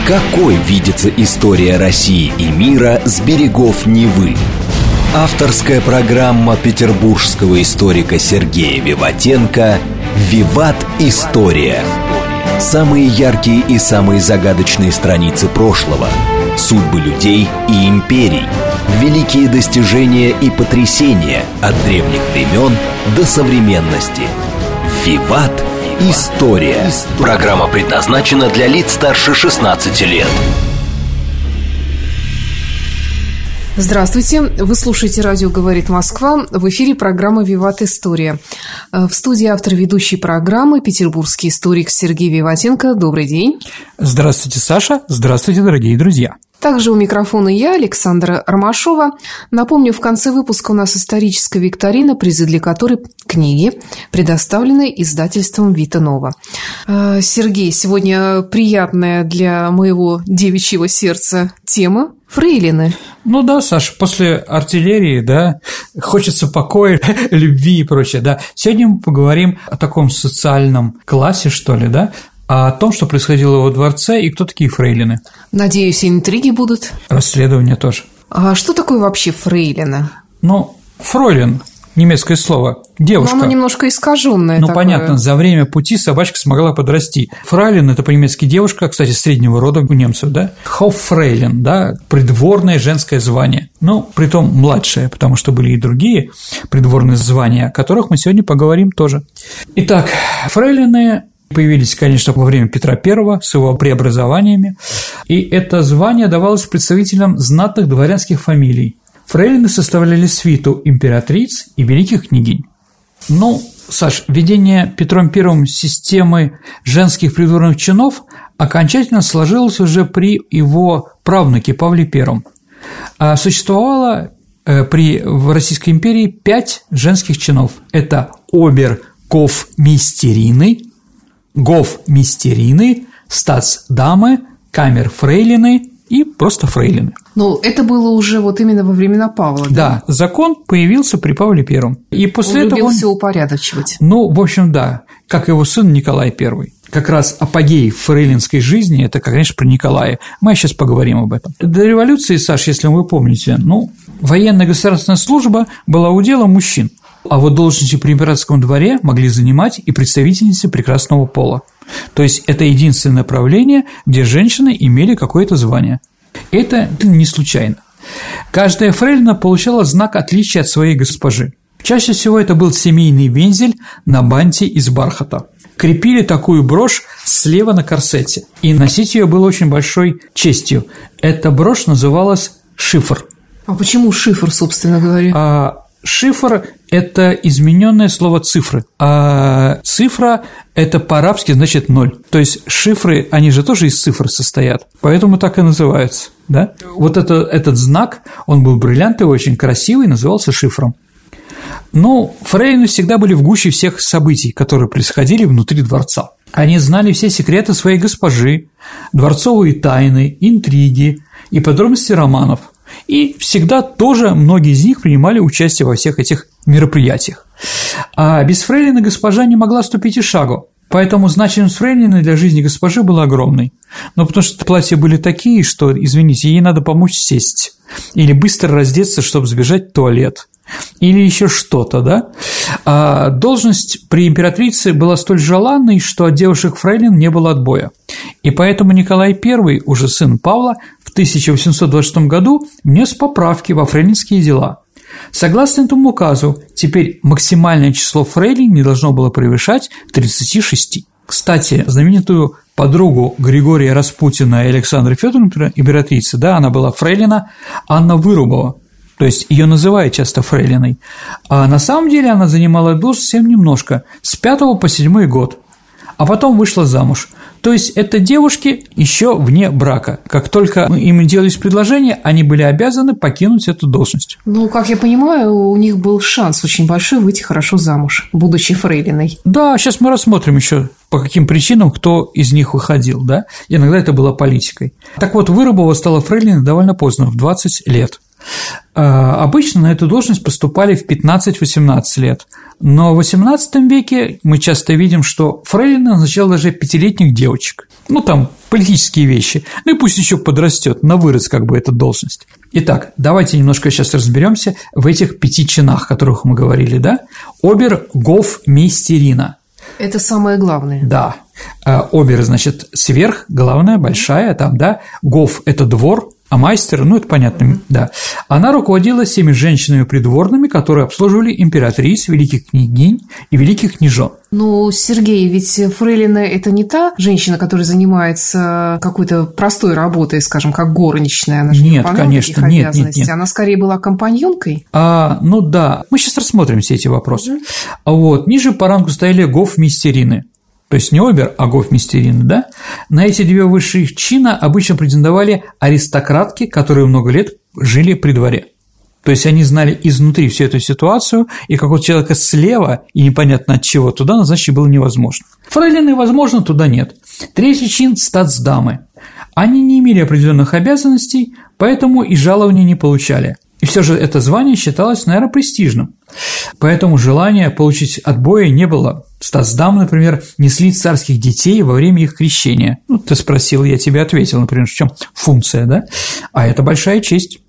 Какой видится история России и мира с берегов Невы? Авторская программа петербургского историка Сергея Виватенко «Виват. История». Самые яркие и самые загадочные страницы прошлого, судьбы людей и империй, великие достижения и потрясения от древних времен до современности. «Виват. История». Программа предназначена для лиц старше 16 лет. Здравствуйте, вы слушаете «Радио говорит Москва», в эфире программа «Виват. История». В студии автор ведущей программы петербургский историк Сергей Виватенко. Добрый день. Здравствуйте, Саша. Здравствуйте, дорогие друзья. Также у микрофона я, Александра Ромашова. Напомню, в конце выпуска у нас историческая викторина, призы для которой книги предоставлены издательством Вита Нова. Сергей, сегодня приятная для моего девичьего сердца тема – фрейлины. Ну да, Саша, после артиллерии, да, хочется покоя, любви и прочее, да. Сегодня мы поговорим о таком социальном классе, что ли, да, о том, что происходило во дворце и кто такие фрейлины. Надеюсь, интриги будут. Расследования тоже. А что такое вообще фрейлина? Ну, фройлен, немецкое слово, девушка. Но оно немножко искаженное. Ну, понятно, за время пути собачка смогла подрасти. Фрейлин – это по-немецки девушка, кстати, среднего рода у немцев, да. Хоффрейлин, да, придворное женское звание. Ну, притом младшее, потому что были и другие придворные звания, о которых мы сегодня поговорим тоже. Итак, фрейлины появились, конечно, во время Петра I с его преобразованиями, и это звание давалось представителям знатных дворянских фамилий. Фрейлины составляли свиту императриц и великих княгинь. Ну, Саш, введение Петром I системы женских придворных чинов окончательно сложилось уже при его правнуке Павле I. Существовало в Российской империи 5 женских чинов. Это обер-гофмистерины, гофмистерины, статсдамы, камерфрейлины и просто фрейлины. Ну, это было уже вот именно во времена Павла, да? Да, закон появился при Павле I. И после этого любил все упорядочивать. Ну, в общем, да, как его сын Николай I. Как раз апогей фрейлинской жизни – это, конечно, про Николая. Мы сейчас поговорим об этом. До революции, Саш, если вы помните, военная государственная служба была уделом мужчин. А вот должности при императорском дворе могли занимать и представительницы прекрасного пола. То есть это единственное направление, где женщины имели какое-то звание. Это не случайно. Каждая фрейлина получала знак отличия от своей госпожи. Чаще всего это был семейный вензель на банте из бархата. Крепили такую брошь слева на корсете, и носить ее было очень большой честью. Эта брошь называлась шифр. А почему шифр, собственно говоря? Шифр – это измененное слово цифры, а цифра – это по-арабски значит 0. То есть шифры, они же тоже из цифр состоят, поэтому так и называются, да? Вот этот знак, он был бриллиантовый, очень красивый, назывался шифром. Но фрейлины всегда были в гуще всех событий, которые происходили внутри дворца. Они знали все секреты своей госпожи, дворцовые тайны, интриги и подробности романов. И всегда тоже многие из них принимали участие во всех этих мероприятиях. А без фрейлины госпожа не могла ступить и шагу, поэтому значимость фрейлины для жизни госпожи была огромной. Но потому что платья были такие, что, извините, ей надо помочь сесть или быстро раздеться, чтобы сбежать в туалет, или еще что-то, да? А должность при императрице была столь желанной, что от девушек-фрейлин не было отбоя. И поэтому Николай I, уже сын Павла, в 1826 году внес поправки во фрейлинские дела. Согласно этому указу, теперь максимальное число фрейлин не должно было превышать 36. Кстати, знаменитую подругу Григория Распутина и Александры Фёдоровны, императрицы, да, она была фрейлина Анна Вырубова. То есть ее называют часто фрейлиной, а на самом деле она занимала должность совсем немножко, с 5 по 7 год, а потом вышла замуж. То есть это девушки еще вне брака. Как только им делались предложения, они были обязаны покинуть эту должность. Ну, как я понимаю, у них был шанс очень большой выйти хорошо замуж, будучи фрейлиной. Да, сейчас мы рассмотрим еще, по каким причинам кто из них выходил, да? Иногда это было политикой. Так вот, Вырубова стала фрейлиной довольно поздно, в 20 лет. Обычно на эту должность поступали в 15-18 лет, но в XVIII веке мы часто видим, что фрейлины назначали даже 5-летних девочек. Ну, там политические вещи. Ну и пусть еще подрастет на вырос как бы эта должность. Итак, давайте немножко сейчас разберемся в этих 5 чинах, о которых мы говорили, да? Обер-гофмейстерина. Это самое главное. Да. Обер, значит, сверх, главная, большая, там, да. Гоф – это двор, а майстер, ну, это понятно, да. Она руководила всеми женщинами придворными, которые обслуживали императриц, великих княгинь и великих княжон. Ну, Сергей, ведь фрейлина – это не та женщина, которая занимается какой-то простой работой, скажем, как горничная. Она же не выполняла таких обязанностей. Нет. Она скорее была компаньонкой. Ну да, мы сейчас рассмотрим все эти вопросы. Вот, ниже по рангу стояли гофмейстерины. То есть не обер, а гофмейстерины, да? На эти 2 высших чина обычно претендовали аристократки, которые много лет жили при дворе. То есть они знали изнутри всю эту ситуацию, и какого-то человека слева, и непонятно от чего, туда назначить было невозможно. Фрейлины, возможно, туда нет. 3-й чин – статсдамы. Они не имели определенных обязанностей, поэтому и жалования не получали. И все же это звание считалось, наверное, престижным. Поэтому желания получить отбоя не было. Статсдамы, например, несли царских детей во время их крещения. Ну, ты спросил, я тебе ответил, например, в чем функция, да? А это большая честь.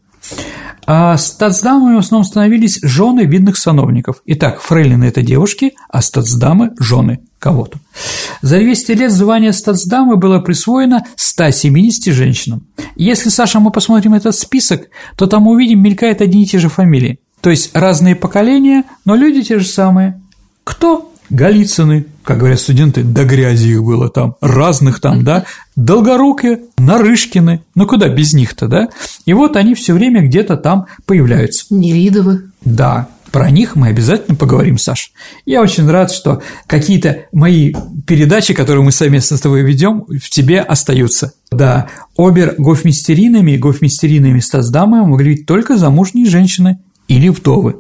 А статсдамами в основном становились жены видных сановников. Итак, фрейлины – это девушки, а статсдамы – жены кого-то. За 200 лет звание статсдамы было присвоено 170 женщинам. Если, Саша, мы посмотрим этот список, то там увидим, мелькают одни и те же фамилии. То есть разные поколения, но люди те же самые. Кто? Голицыны, как говорят студенты, до грязи их было там, разных там, да, Долгорукие, Нарышкины, ну куда без них-то, да? И вот они все время где-то там появляются. Нелидовы. Да, про них мы обязательно поговорим, Саш. Я очень рад, что какие-то мои передачи, которые мы совместно с тобой ведем, в тебе остаются. Да, обер-гофмейстеринами и гофмейстеринами статсдамами могли быть только замужние женщины или вдовы.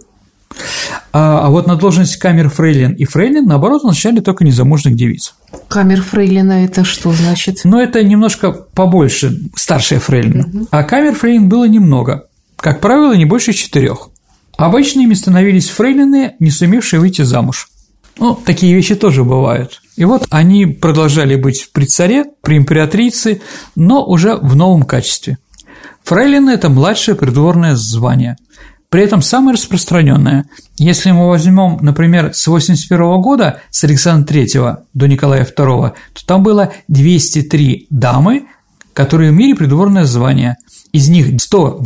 А вот на должность камер-фрейлин и фрейлин, наоборот, назначали только незамужних девиц. Камер-фрейлина – это что значит? Ну, это немножко побольше, старшая фрейлина. А камер-фрейлин было немного, как правило, не больше 4. Обычно ими становились фрейлины, не сумевшие выйти замуж. Ну, такие вещи тоже бывают. И вот они продолжали быть при царе, при императрице, но уже в новом качестве. Фрейлины – это младшее придворное звание. При этом самое распространенное. Если мы возьмем, например, с 81 года, с Александра III до Николая II, то там было 203 дамы, которые имели придворное звание. Из них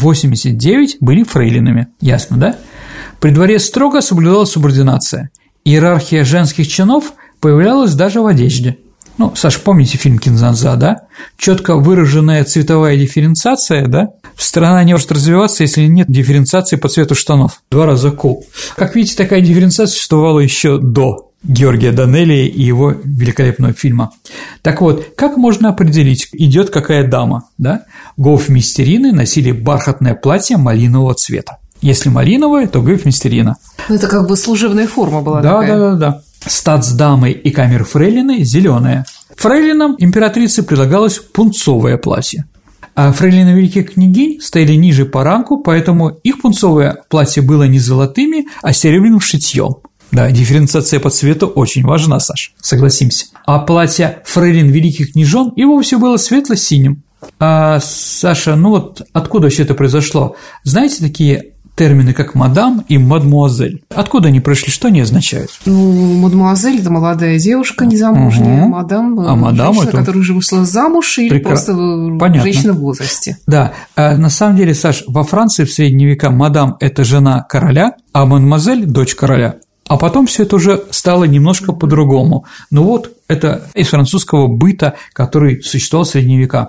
189 были фрейлинами. Ясно, да? При дворе строго соблюдалась субординация. Иерархия женских чинов появлялась даже в одежде. Ну, Саш, помните фильм «Кинзанза», да? Четко выраженная цветовая дифференциация, да? Страна не может развиваться, если нет дифференциации по цвету штанов. 2 раза cool. Как видите, такая дифференциация существовала еще до Георгия Данелия и его великолепного фильма. Так вот, как можно определить, идет какая дама, да? Гофмейстерины носили бархатное платье малинового цвета. Если малиновое, то гофмейстерина. Это как бы служебная форма была такая. Да. Статсдамы и камер-фрейлины – зеленые. Фрейлинам императрице предлагалось пунцовое платье. А фрейлины великих княгинь стояли ниже по рангу, поэтому их пунцовое платье было не золотыми, а серебряным шитьем. Да, дифференциация по цвету очень важна, Саш, согласимся. А платье фрейлин великих княжон и вовсе было светло-синим. А, Саша, ну вот откуда все это произошло? Знаете такие термины, как «мадам» и «мадмуазель»? Откуда они пришли, что они означают? Ну, мадмуазель – это молодая девушка незамужняя, мадам – женщина, это... которая уже вышла замуж, или просто женщина в возрасте. Да, на самом деле, Саш, во Франции в средние века мадам – это жена короля, а мадмуазель – дочь короля. А потом все это уже стало немножко по-другому. Ну вот, это из французского быта, который существовал в средние века.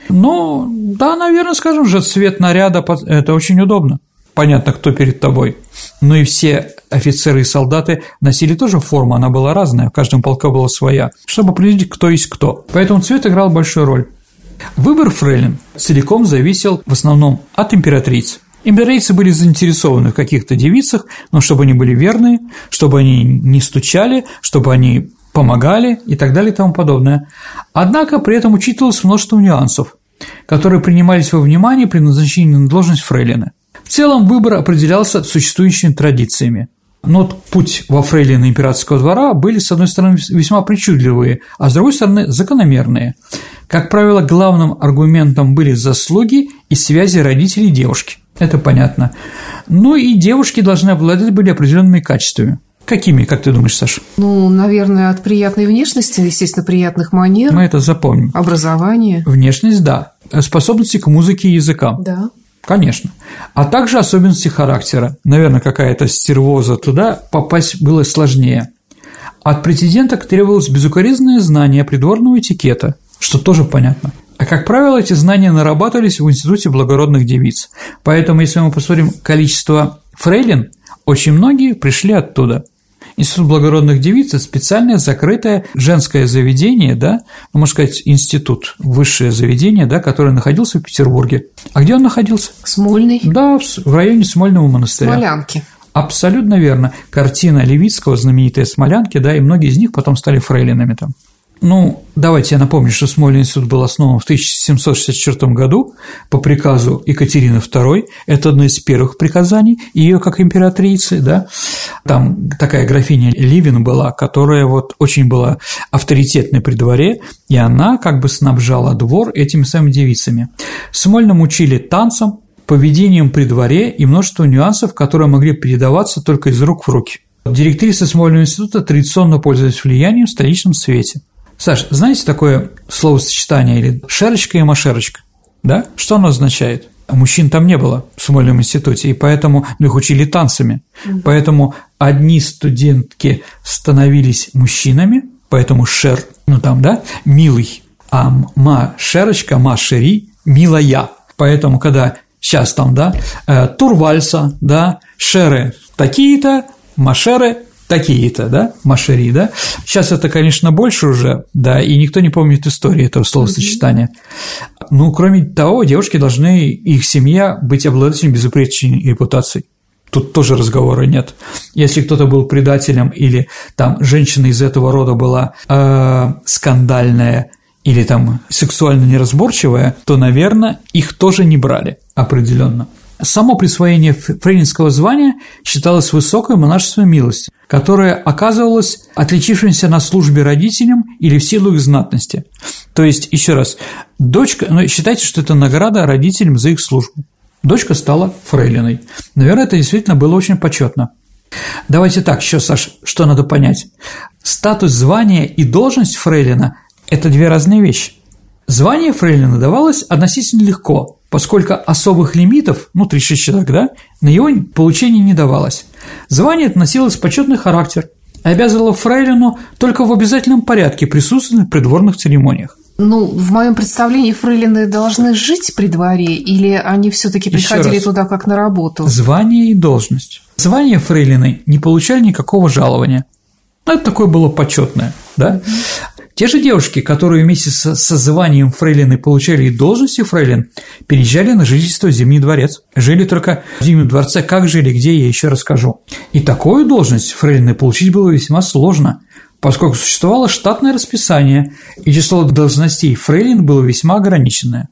Ну, да, наверное, скажем же, цвет наряда – это очень удобно. Понятно, кто перед тобой. Ну и все офицеры и солдаты носили тоже форму, она была разная, в каждом полке была своя, чтобы определить, кто есть кто. Поэтому цвет играл большую роль. Выбор фрейлин целиком зависел в основном от императриц. Императрицы были заинтересованы в каких-то девицах, но чтобы они были верные, чтобы они не стучали, чтобы они помогали и так далее и тому подобное. Однако при этом учитывалось множество нюансов, которые принимались во внимание при назначении на должность фрейлины. В целом выбор определялся существующими традициями. Но вот путь во фрейлины императорского двора были, с одной стороны, весьма причудливые, а с другой стороны, закономерные. Как правило, главным аргументом были заслуги и связи родителей девушки. Это понятно. Ну и девушки должны обладать были определенными качествами. Какими, как ты думаешь, Саша? Ну, наверное, от приятной внешности, естественно, приятных манер. Мы это запомним. Образование. Внешность, да. Способности к музыке и языкам. Да. Конечно. А также особенности характера. Наверное, какая-то стервоза, туда попасть было сложнее. От претенденток требовалось безукоризненное знание придворного этикета, что тоже понятно. А, как правило, эти знания нарабатывались в Институте благородных девиц. Поэтому, если мы посмотрим количество фрейлин, очень многие пришли оттуда. Институт благородных девиц – это специальное закрытое женское заведение, да, ну, можно сказать, институт, высшее заведение, да, которое находился в Петербурге. А где он находился? Смольный. Да, в районе Смольного монастыря. Смолянки. Абсолютно верно. Картина Левицкого, знаменитая «Смолянки», да, и многие из них потом стали фрейлинами там. Ну, давайте я напомню, что Смольный институт был основан в 1764 году по приказу Екатерины II. Это одно из первых приказаний ее как императрицы, да. Там такая графиня Ливин была, которая вот очень была авторитетной при дворе, и она как бы снабжала двор этими самыми девицами. Смольным учили танцам, поведением при дворе и множество нюансов, которые могли передаваться только из рук в руки. Директрисы Смольного института традиционно пользовались влиянием в столичном свете. Саш, знаете такое словосочетание или «шерочка» и «машерочка», да? Что оно означает? Мужчин там не было в Смольном институте, и поэтому их учили танцами. Поэтому одни студентки становились мужчинами, поэтому «шер», ну там, да, «милый», а «ма-шерочка», «ма-шери», «милая». Поэтому, когда сейчас там, да, турвальса, да, «шеры» такие-то, «машеры» такие-то, да, машери, да. Сейчас это, конечно, больше уже, да, и никто не помнит истории этого словосочетания. Ну, кроме того, девушки должны, их семья, быть обладателями безупречной репутацией. Тут тоже разговора нет. Если кто-то был предателем или там женщина из этого рода была скандальная или там сексуально неразборчивая, то, наверное, их тоже не брали определенно. Само присвоение фрейлинского звания считалось высокой монашественной милостью, которая оказывалась отличившимся на службе родителям или в силу их знатности. То есть, еще раз, дочка, ну, считайте, что это награда родителям за их службу. Дочка стала фрейлиной. Наверное, это действительно было очень почетно. Давайте так, еще, Саш, что надо понять. Статус звания и должность фрейлина – это две разные вещи. Звание фрейлина давалось относительно легко, поскольку особых лимитов, ну, 36 человек, да, на его получение не давалось. Звание относилось в почетный характер, обязывало фрейлину только в обязательном порядке присутствовать в придворных церемониях. Ну, в моем представлении фрейлины должны жить при дворе, или они все-таки приходили туда как на работу? Звание и должность. Звание фрейлины не получали никакого жалования. Это такое было почетное, да? Те же девушки, которые вместе со званием фрейлины получали и должности фрейлин, переезжали на жительство в Зимний дворец. Жили только в Зимнем дворце, как жили, где, я еще расскажу. И такую должность фрейлины получить было весьма сложно, поскольку существовало штатное расписание, и число должностей фрейлин было весьма ограниченное.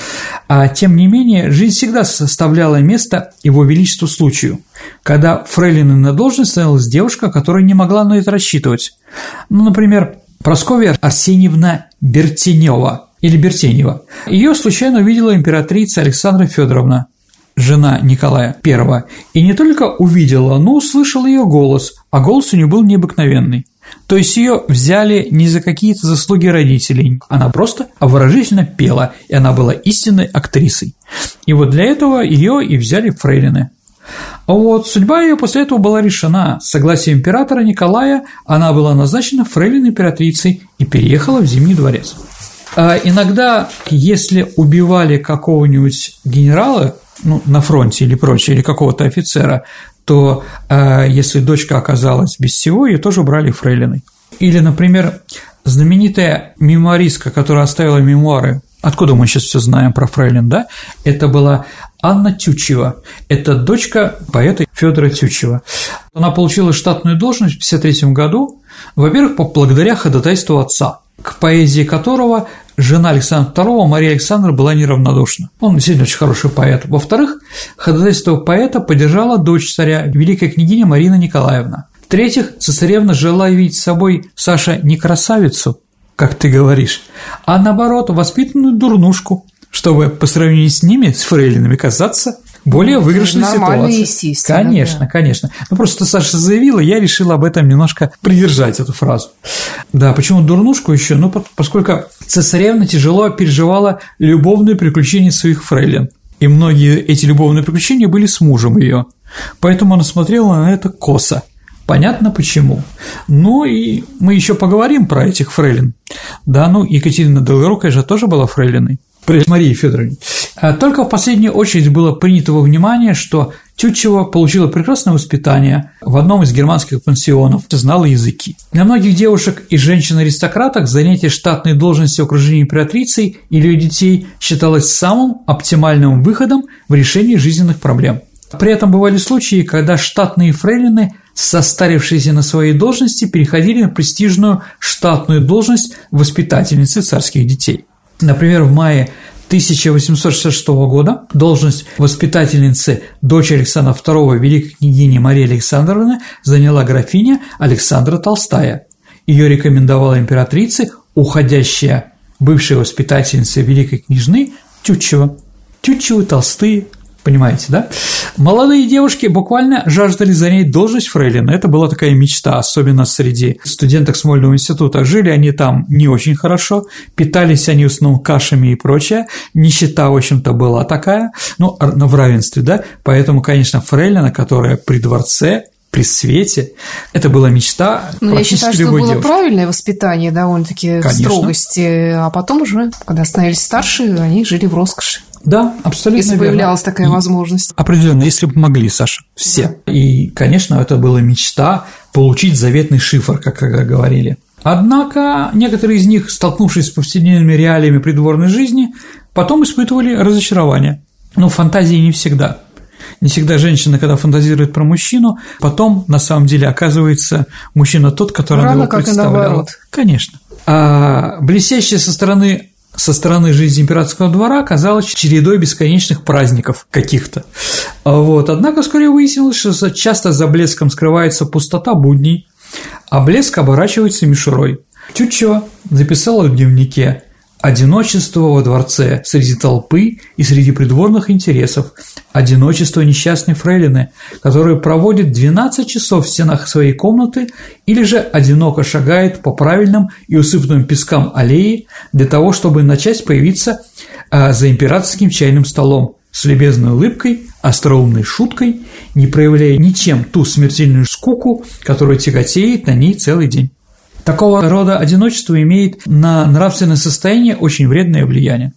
А тем не менее, жизнь всегда составляла место его величеству случаю, когда фрейлиной на должность становилась девушка, которая не могла на это рассчитывать. Ну, например, Прасковья Арсеньевна Бертенева или Бертенева. Ее случайно увидела императрица Александра Федоровна, жена Николая I, и не только увидела, но услышала ее голос, а голос у нее был необыкновенный. То есть ее взяли не за какие-то заслуги родителей, она просто обворожительно пела, и она была истинной актрисой. И вот для этого ее и взяли фрейлины. А вот судьба ее после этого была решена. С согласия императора Николая она была назначена фрейлиной императрицей и переехала в Зимний дворец. А иногда, если убивали какого-нибудь генерала, ну, на фронте или прочее, или какого-то офицера, то если дочка оказалась без всего, ее тоже брали фрейлиной. Или, например, знаменитая мемуаристка, которая оставила мемуары, откуда мы сейчас все знаем про фрейлин, да, это была Анна Тютчева, это дочка поэта Федора Тютчева. Она получила штатную должность в 1953 году, во-первых, благодаря ходатайству отца, к поэзии которого жена Александра II, Мария Александровна, была неравнодушна. Он действительно очень хороший поэт. Во-вторых, ходатайство поэта поддержала дочь царя, великая княгиня Марина Николаевна. В-третьих, цесаревна желала видеть с собой, Саша, не красавицу, как ты говоришь, а наоборот, воспитанную дурнушку, чтобы по сравнению с ними, с фрейлинами, казаться более выигрышной ситуации. Естественно. Конечно, да. Конечно. Ну, просто Саша заявила, я решила об этом немножко придержать эту фразу. Да, почему дурнушку еще? Ну, поскольку цесаревна тяжело переживала любовные приключения своих фрейлин, и многие эти любовные приключения были с мужем ее, поэтому она смотрела на это косо. Понятно почему. Ну и мы еще поговорим про этих фрейлин. Да, ну Екатерина Долгорукая же тоже была фрейлиной при Марии Фёдоровне. Только в последнюю очередь было принято во внимание, что Тютчева получила прекрасное воспитание в одном из германских пансионов, знала языки. Для многих девушек и женщин-аристократок занятие штатной должности в окружении императрицы или ее детей считалось самым оптимальным выходом в решении жизненных проблем. При этом бывали случаи, когда штатные фрейлины, состарившиеся на своей должности, переходили на престижную штатную должность воспитательницы царских детей. Например, в мае 1866 года должность воспитательницы дочери Александра II, великой княгини Марии Александровны, заняла графиня Александра Толстая. Ее рекомендовала императрице уходящая бывшая воспитательница великой княжны Тютчева. Тютчевы толстые. Понимаете, да? Молодые девушки буквально жаждали занять должность фрейлина. Это была такая мечта, особенно среди студенток Смольного института. Жили они там не очень хорошо, питались они в основном кашами и прочее. Нищета, в общем-то, была такая, ну, в равенстве, да? Поэтому, конечно, фрейлина, которая при дворце, при свете, это была мечта практически любой девушки. Я считаю, что было правильное воспитание, довольно-таки в строгости, а потом уже, когда становились старше, они жили в роскоши. Да, абсолютно если верно. Появлялась такая возможность. Определенно, если бы могли, Саша, все. Да. И, конечно, это была мечта получить заветный шифр, как говорили. Однако некоторые из них, столкнувшись с повседневными реалиями придворной жизни, потом испытывали разочарование. Но фантазии не всегда. Не всегда женщина, когда фантазирует про мужчину, потом на самом деле оказывается мужчина тот, который она его представляла. Конечно. А блестящая со стороны жизни императорского двора казалась чередой бесконечных праздников каких-то. Вот. Однако вскоре выяснилось, что часто за блеском скрывается пустота будней, а блеск оборачивается мишурой. Тютчева записала в дневнике: «Одиночество во дворце среди толпы и среди придворных интересов, одиночество несчастной фрейлины, которая проводит 12 часов в стенах своей комнаты или же одиноко шагает по правильным и усыпанным пескам аллеи для того, чтобы начать появиться за императорским чайным столом с любезной улыбкой, остроумной шуткой, не проявляя ничем ту смертельную скуку, которая тяготеет на ней целый день». Такого рода одиночество имеет на нравственное состояние очень вредное влияние.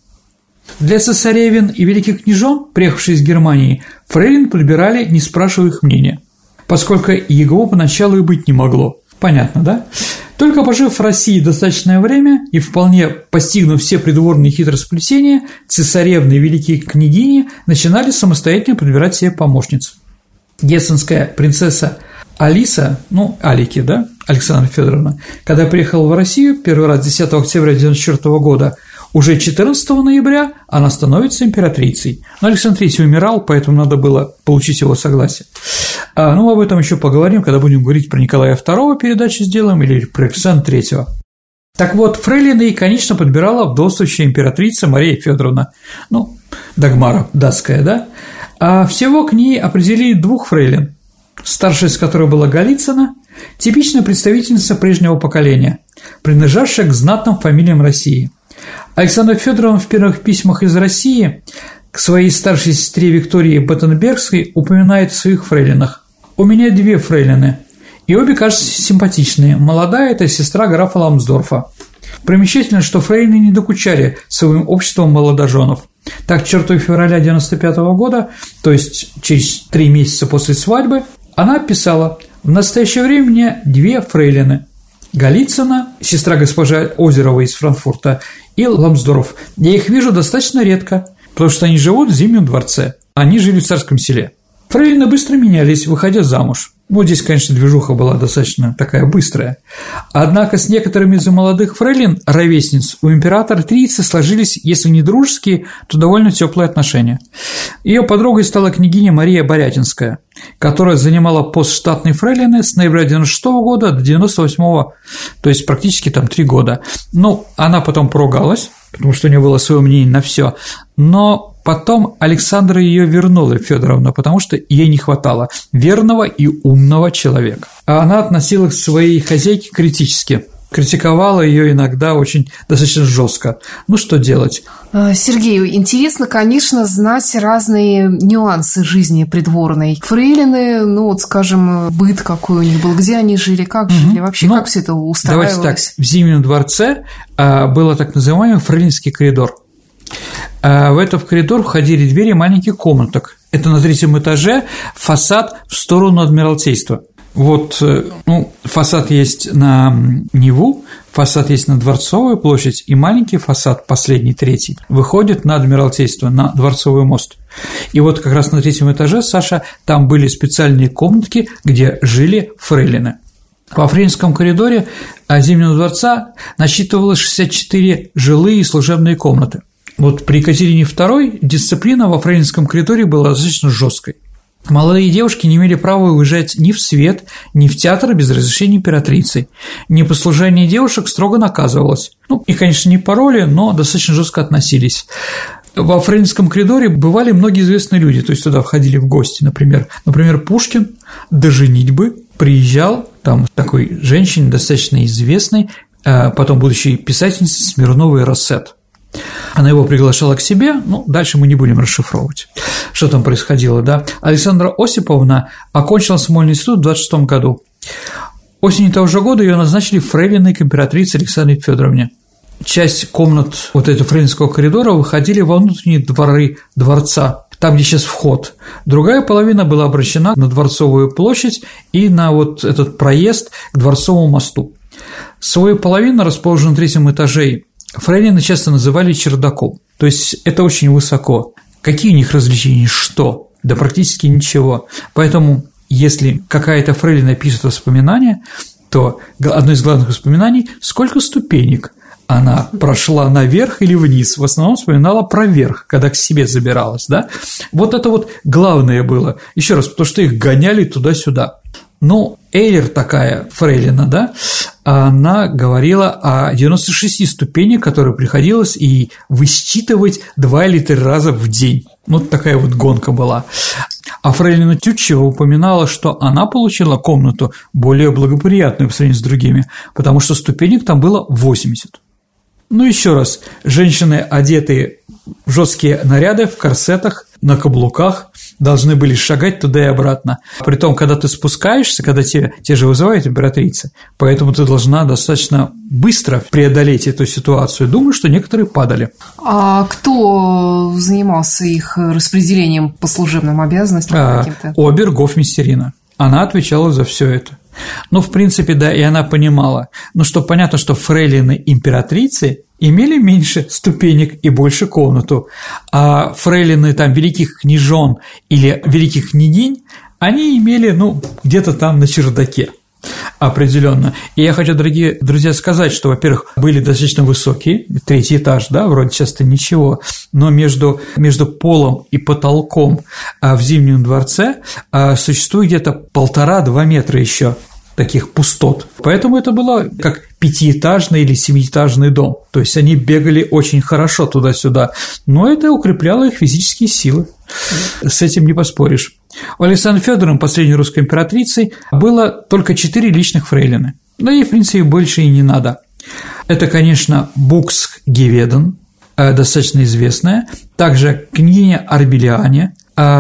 Для цесаревин и великих княжон, приехавших из Германии, фрейлин подбирали, не спрашивая их мнения, поскольку его поначалу и быть не могло. Понятно, да? Только пожив в России достаточное время и вполне постигнув все придворные хитросплетения, цесаревны и великие княгини начинали самостоятельно подбирать себе помощниц. Гессенская принцесса Алиса, Алики, да, Александра Фёдоровна, когда приехала в Россию первый раз 10 октября 1994 года, уже 14 ноября она становится императрицей. Но Александр III умирал, поэтому надо было получить его согласие. Об этом еще поговорим, когда будем говорить про Николая II, передачу сделаем, или про Александра III. Так вот, фрейлиной, конечно, подбирала вдовствующая императрица Мария Фёдоровна, Дагмара датская, да, а всего к ней определили 2 фрейлин, старшая из которой была Голицына, типичная представительница прежнего поколения, принадлежавшая к знатным фамилиям России. Александра Фёдоровна в первых письмах из России к своей старшей сестре Виктории Баттенбергской упоминает в своих фрейлинах: «У меня 2 фрейлины, и обе кажутся симпатичные. Молодая – это сестра графа Ламсдорфа». Примечательно, что фрейлины не докучали своим обществом молодоженов. Так, 4 февраля 1995 года, то есть через 3 месяца после свадьбы, она писала: «В настоящее время мне 2 фрейлины – Голицына, сестра госпожи Озеровой из Франкфурта, и Ламсдорф. Я их вижу достаточно редко, потому что они живут в Зимнем дворце, они жили в Царском селе». Фрейлины быстро менялись, выходя замуж. Ну, здесь, конечно, движуха была достаточно такая быстрая. Однако с некоторыми из молодых фрейлин, ровесниц, у императрицы сложились, если не дружеские, то довольно теплые отношения. Ее подругой стала княгиня Мария Борятинская, которая занимала пост штатной фрейлины с ноября 96 года до 98-го, то есть практически там 3 года. Ну, она потом поругалась, потому что у нее было свое мнение на все, но потом Александра ее вернула, Федоровна, потому что ей не хватало верного и умного человека. А она относилась к своей хозяйке критически, критиковала ее иногда очень достаточно жестко. Ну, что делать? Сергею, интересно, конечно, знать разные нюансы жизни придворной. Фрейлины, ну, вот, скажем, быт какой у них был, где они жили, как жили, вообще, как все это устраивалось? Давайте так, в Зимнем дворце было так называемый фрейлинский коридор. В этот коридор входили двери маленьких комнаток. Это на 3-м этаже фасад в сторону Адмиралтейства. Вот, ну, фасад есть на Неву, фасад есть на Дворцовую площадь, и маленький фасад, последний, 3-й, выходит на Адмиралтейство, на Дворцовый мост. И вот как раз на 3-м этаже, Саша, там были специальные комнатки, где жили фрейлины. Во фрейлинском коридоре Зимнего дворца насчитывалось 64 жилые и служебные комнаты. Вот при Екатерине II дисциплина во фрейлинском коридоре была достаточно жесткой. Молодые девушки не имели права уезжать ни в свет, ни в театр без разрешения императрицы. Непослушание девушек строго наказывалось. Ну, и, конечно, не пароли, но достаточно жестко относились. Во фрейлинском коридоре бывали многие известные люди, то есть туда входили в гости, например, Пушкин до женитьбы приезжал, там такой женщине достаточно известной, потом будущей писательнице Смирновой Рассет. Она его приглашала к себе, ну, дальше мы не будем расшифровывать, что там происходило, да. Александра Осиповна окончила Смольный институт в 26 году. Осенью того же года ее назначили фрейлиной к императрице Александре Федоровне. Часть комнат вот этого фрейлинского коридора выходили во внутренние дворы дворца, там, где сейчас вход. Другая половина была обращена на Дворцовую площадь и на вот этот проезд к Дворцовому мосту. Свою половину, расположенную на 3-м этаже, фрейлины часто называли чердаком, то есть это очень высоко. Какие у них развлечения? Что? Да практически ничего. Поэтому, если какая-то фрейлина пишет воспоминания, то одно из главных воспоминаний – сколько ступенек она прошла наверх или вниз. В основном вспоминала про верх, когда к себе забиралась, да? Вот это вот главное было. Еще раз, потому что их гоняли туда-сюда. Ну, Эйлер такая фрейлина, да, она говорила о 96 ступенях, которые приходилось и высчитывать 2 или 3 раза в день. Вот такая вот гонка была. А фрейлина Тютчева упоминала, что она получила комнату более благоприятную по сравнению с другими, потому что ступенек там было 80. Ну, еще раз, женщины, одетые в жесткие наряды, в корсетах, на каблуках, должны были шагать туда и обратно. Притом, когда ты спускаешься, когда те же вызывает императрица, поэтому ты должна достаточно быстро преодолеть эту ситуацию. Думаю, что некоторые падали. А кто занимался их распределением по служебным обязанностям каким-то? Обер-гофмистерина. Она отвечала за все это. Ну, в принципе, да, и она понимала. Ну, что понятно, что фрейлины императрицы имели меньше ступенек и больше комнату, а фрейлины там великих княжон или великих княгинь, они имели, ну, где-то там на чердаке. Определенно. И я хочу, дорогие друзья, сказать, что, во-первых, были достаточно высокие, 3-й этаж, да, вроде часто ничего, но между полом и потолком в Зимнем дворце существует где-то 1,5–2 метра еще таких пустот. Поэтому это было как 5-этажный или 7-этажный дом. То есть они бегали очень хорошо туда-сюда, но это укрепляло их физические силы. С этим не поспоришь. У Александры Фёдоровны, последней русской императрицы, было только 4 личных фрейлины. Да и, в принципе, больше и не надо. Это, конечно, Букс-Геведен, достаточно известная, также княгиня Арбелиане,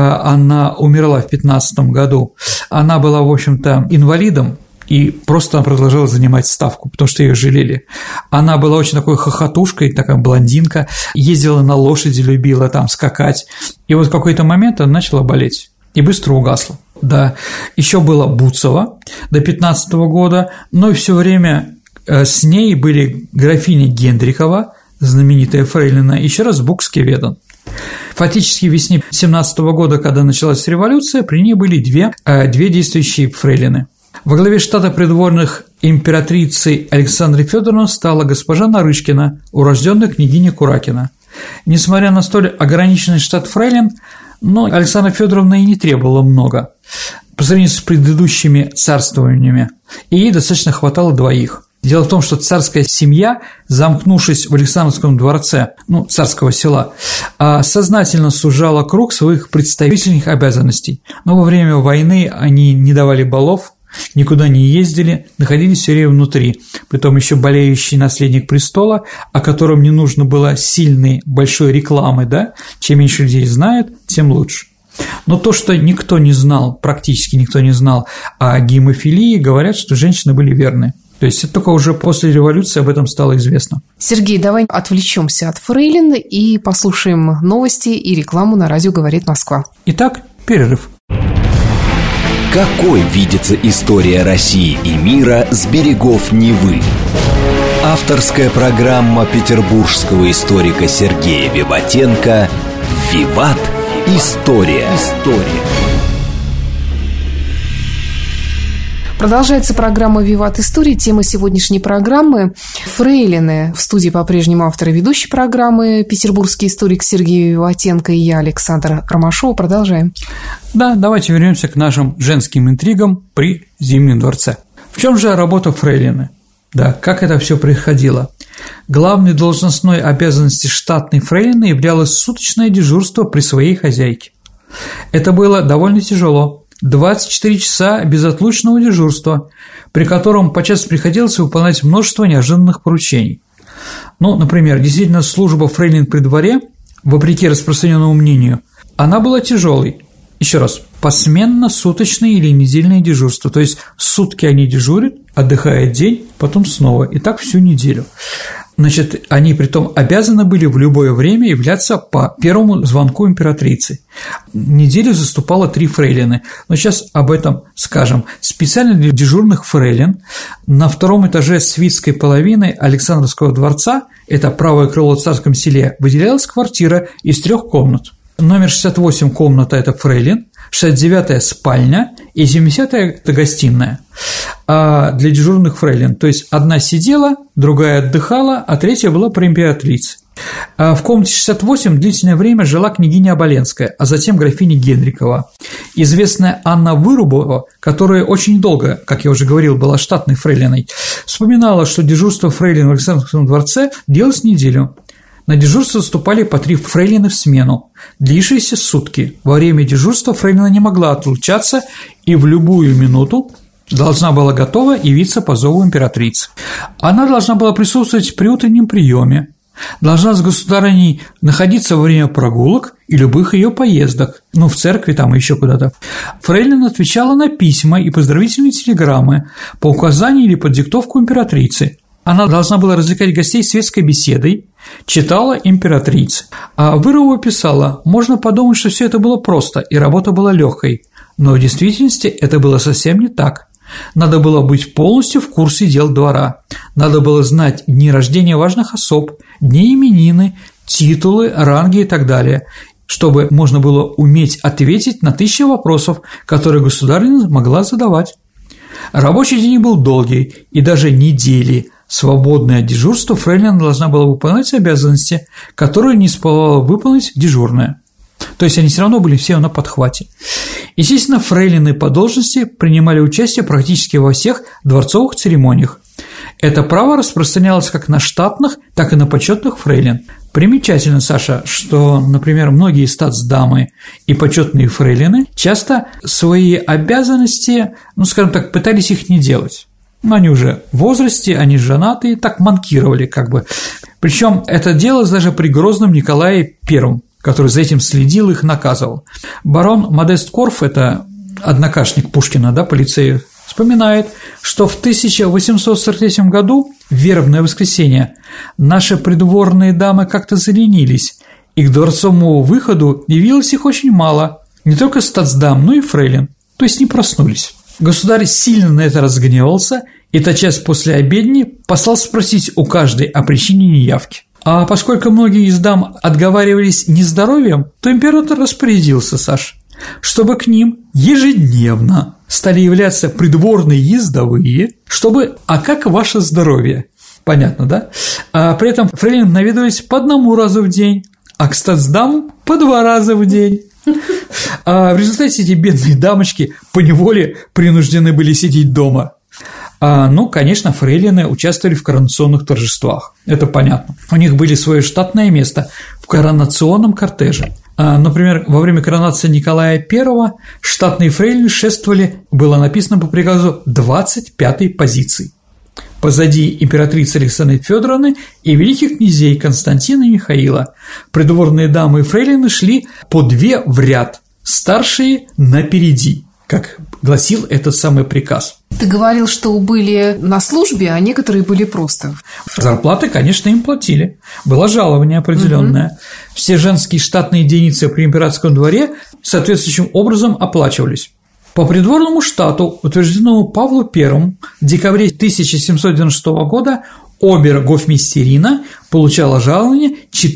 она умерла в 15 году, она была, в общем-то, инвалидом, и просто она продолжала занимать ставку, потому что ее жалели. Она была очень такой хохотушкой, такая блондинка, ездила на лошади, любила там скакать, и вот в какой-то момент она начала болеть и быстро угасла. Да, еще была Буцова до 15 года, но и все время с ней были графиня Гендрикова, знаменитая фрейлина, еще раз Букс-Геведен. Фактически в весне 17 года, когда началась революция, при ней были две действующие фрейлины. Во главе штата придворных императрицы Александры Фёдоровны стала госпожа Нарышкина, урожденная княгиня Куракина. Несмотря на столь ограниченный штат фрейлин, но Александра Фёдоровна и не требовала много по сравнению с предыдущими царствованиями, и ей достаточно хватало двоих. Дело в том, что царская семья, замкнувшись в Александровском дворце, царского села, сознательно сужала круг своих представительных обязанностей. Но во время войны они не давали балов, никуда не ездили, находились все время внутри, притом еще болеющий наследник престола, о котором не нужно было сильной большой рекламы, да, чем меньше людей знает, тем лучше. Но то, что никто не знал, практически никто не знал о гемофилии, говорят, что женщины были верны. То есть это только уже после революции об этом стало известно. Сергей, давай отвлечемся от фрейлин и послушаем новости и рекламу на радио «Говорит Москва». Итак, перерыв. Какой видится история России и мира с берегов Невы? Авторская программа петербургского историка Сергея Виватенко «Виват. История». Продолжается программа «Виват. История». Тема сегодняшней программы – фрейлины. В студии по-прежнему автор и ведущий программы петербургский историк Сергей Виватенко и я, Александра Ромашова. Продолжаем. Да, давайте вернемся к нашим женским интригам при Зимнем дворце. В чем же работа фрейлины? Да, как это все происходило? Главной должностной обязанностью штатной фрейлины являлось суточное дежурство при своей хозяйке. Это было довольно тяжело. 24 часа безотлучного дежурства, при котором подчас приходилось выполнять множество неожиданных поручений. Например, действительно, служба фрейлин при дворе, вопреки распространенному мнению, она была тяжелой. Еще раз, посменно суточное или недельное дежурство, то есть сутки они дежурят, отдыхают день, потом снова, и так всю неделю. Значит, они притом обязаны были в любое время являться по первому звонку императрицы. Неделю заступало 3 фрейлины, но сейчас об этом скажем. Специально для дежурных фрейлин на 2-м этаже свитской половины Александровского дворца, это правое крыло в Царском селе, выделялась квартира из 3 комнат. Номер 68 комната – это фрейлин, 69-я – спальня и 70-я – это гостиная. А для дежурных фрейлин, то есть одна сидела, другая отдыхала, а третья была при императрице. В комнате 68 длительное время жила княгиня Оболенская, а затем графиня Генрикова. Известная Анна Вырубова, которая очень долго, как я уже говорил, была штатной фрейлиной, вспоминала, что дежурство фрейлин в Александровском дворце делалось неделю. На дежурство заступали по 3 фрейлины в смену, длившиеся сутки. Во время дежурства фрейлина не могла отлучаться и в любую минуту должна была готова явиться по зову императрицы. Она должна была присутствовать при утреннем приеме, должна с государыней находиться во время прогулок и любых ее поездок, в церкви там и еще куда-то. Фрейлин отвечала на письма и поздравительные телеграммы по указанию или под диктовку императрицы. Она должна была развлекать гостей светской беседой, читала императрице. А Вырубова писала: «Можно подумать, что все это было просто, и работа была легкой, но в действительности это было совсем не так. Надо было быть полностью в курсе дел двора, надо было знать дни рождения важных особ, дни именины, титулы, ранги и так далее, чтобы можно было уметь ответить на 1000 вопросов, которые государыня могла задавать. Рабочий день был долгий, и даже недели свободное от дежурства фрейлина должна была выполнять обязанности, которые не успевала выполнить дежурная. То есть они все равно были все на подхвате. Естественно, фрейлины по должности принимали участие практически во всех дворцовых церемониях. Это право распространялось как на штатных, так и на почетных фрейлин. Примечательно, Саша, что, например, многие статсдамы и почетные фрейлины часто свои обязанности, скажем так, пытались их не делать. Они уже в возрасте, они женатые, так манкировали как бы. Причем это делалось даже при грозном Николае I, который за этим следил и их наказывал. Барон Модест Корф, это однокашник Пушкина, по лицею, вспоминает, что в 1843 году, в вербное воскресенье, наши придворные дамы как-то заленились, и к дворцовому выходу явилось их очень мало, не только статсдам, но и фрейлин, то есть не проснулись. Государь сильно на это разгневался и тотчас после обедни послал спросить у каждой о причине неявки. А поскольку многие из дам отговаривались нездоровьем, то император распорядился, Саш, чтобы к ним ежедневно стали являться придворные ездовые, чтобы «а как ваше здоровье?» Понятно, да? А при этом фрейлины наведывались по 1 разу в день, а к статсдаму по 2 раза в день. А в результате эти бедные дамочки поневоле принуждены были сидеть дома. Конечно, фрейлины участвовали в коронационных торжествах, это понятно. У них были свое штатное место в коронационном кортеже. Например, во время коронации Николая I штатные фрейлины шествовали, было написано по приказу, 25-й позиции. Позади императрицы Александры Фёдоровны и великих князей Константина и Михаила. Придворные дамы и фрейлины шли по 2 в ряд, старшие напереди, как гласил этот самый приказ. Ты говорил, что были на службе, а некоторые были просто. Зарплаты, конечно, им платили. Было жалование определенное. Все женские штатные единицы при императорском дворе соответствующим образом оплачивались. По придворному штату, утвержденному Павлу I в декабре 1796 года, обер-гофмейстерина получала жалование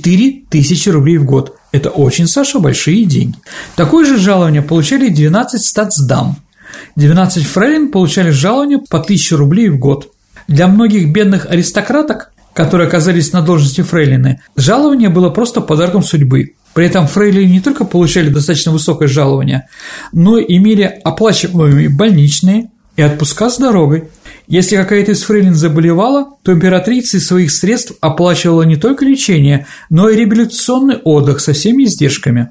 4000 рублей в год. Это очень, Саша, большие деньги. Такое же жалование получали 12 статсдам. 12 фрейлин получали жалование по 1000 рублей в год. Для многих бедных аристократок, которые оказались на должности фрейлины, жалование было просто подарком судьбы. При этом фрейлины не только получали достаточно высокое жалование, но и имели оплачиваемые больничные и отпуска с дорогой. Если какая-то из фрейлин заболевала, то императрица из своих средств оплачивала не только лечение, но и реабилитационный отдых со всеми издержками.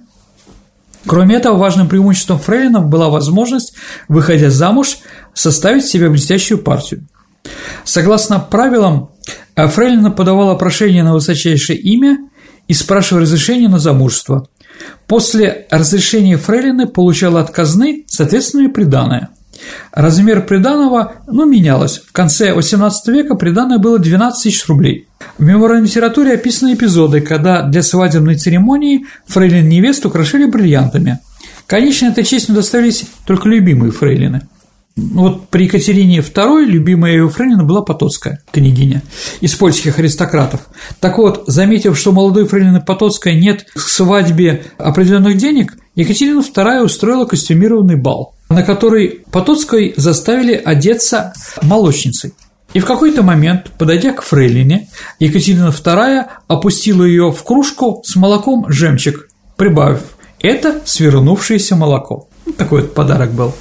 Кроме этого, важным преимуществом фрейлинов была возможность, выходя замуж, составить себе блестящую партию. Согласно правилам, фрейлина подавала прошение на высочайшее имя и спрашивала разрешение на замужество. После разрешения фрейлины получала от казны соответственное приданое. Размер приданого, менялось. В конце XVIII века приданое было 12 000 рублей. В мемуарной литературе описаны эпизоды, когда для свадебной церемонии фрейлин невест украшали бриллиантами. Конечно, этой честью доставились только любимые фрейлины. При Екатерине II любимая его фрейлина была Потоцкая, княгиня, из польских аристократов. Так вот, заметив, что у молодой фрейлины Потоцкой нет к свадьбе определенных денег, Екатерина II устроила костюмированный бал, на который Потоцкой заставили одеться молочницей. И в какой-то момент, подойдя к фрейлине, Екатерина II опустила ее в кружку с молоком жемчуг, прибавив: «Это свернувшееся молоко». Такой подарок был.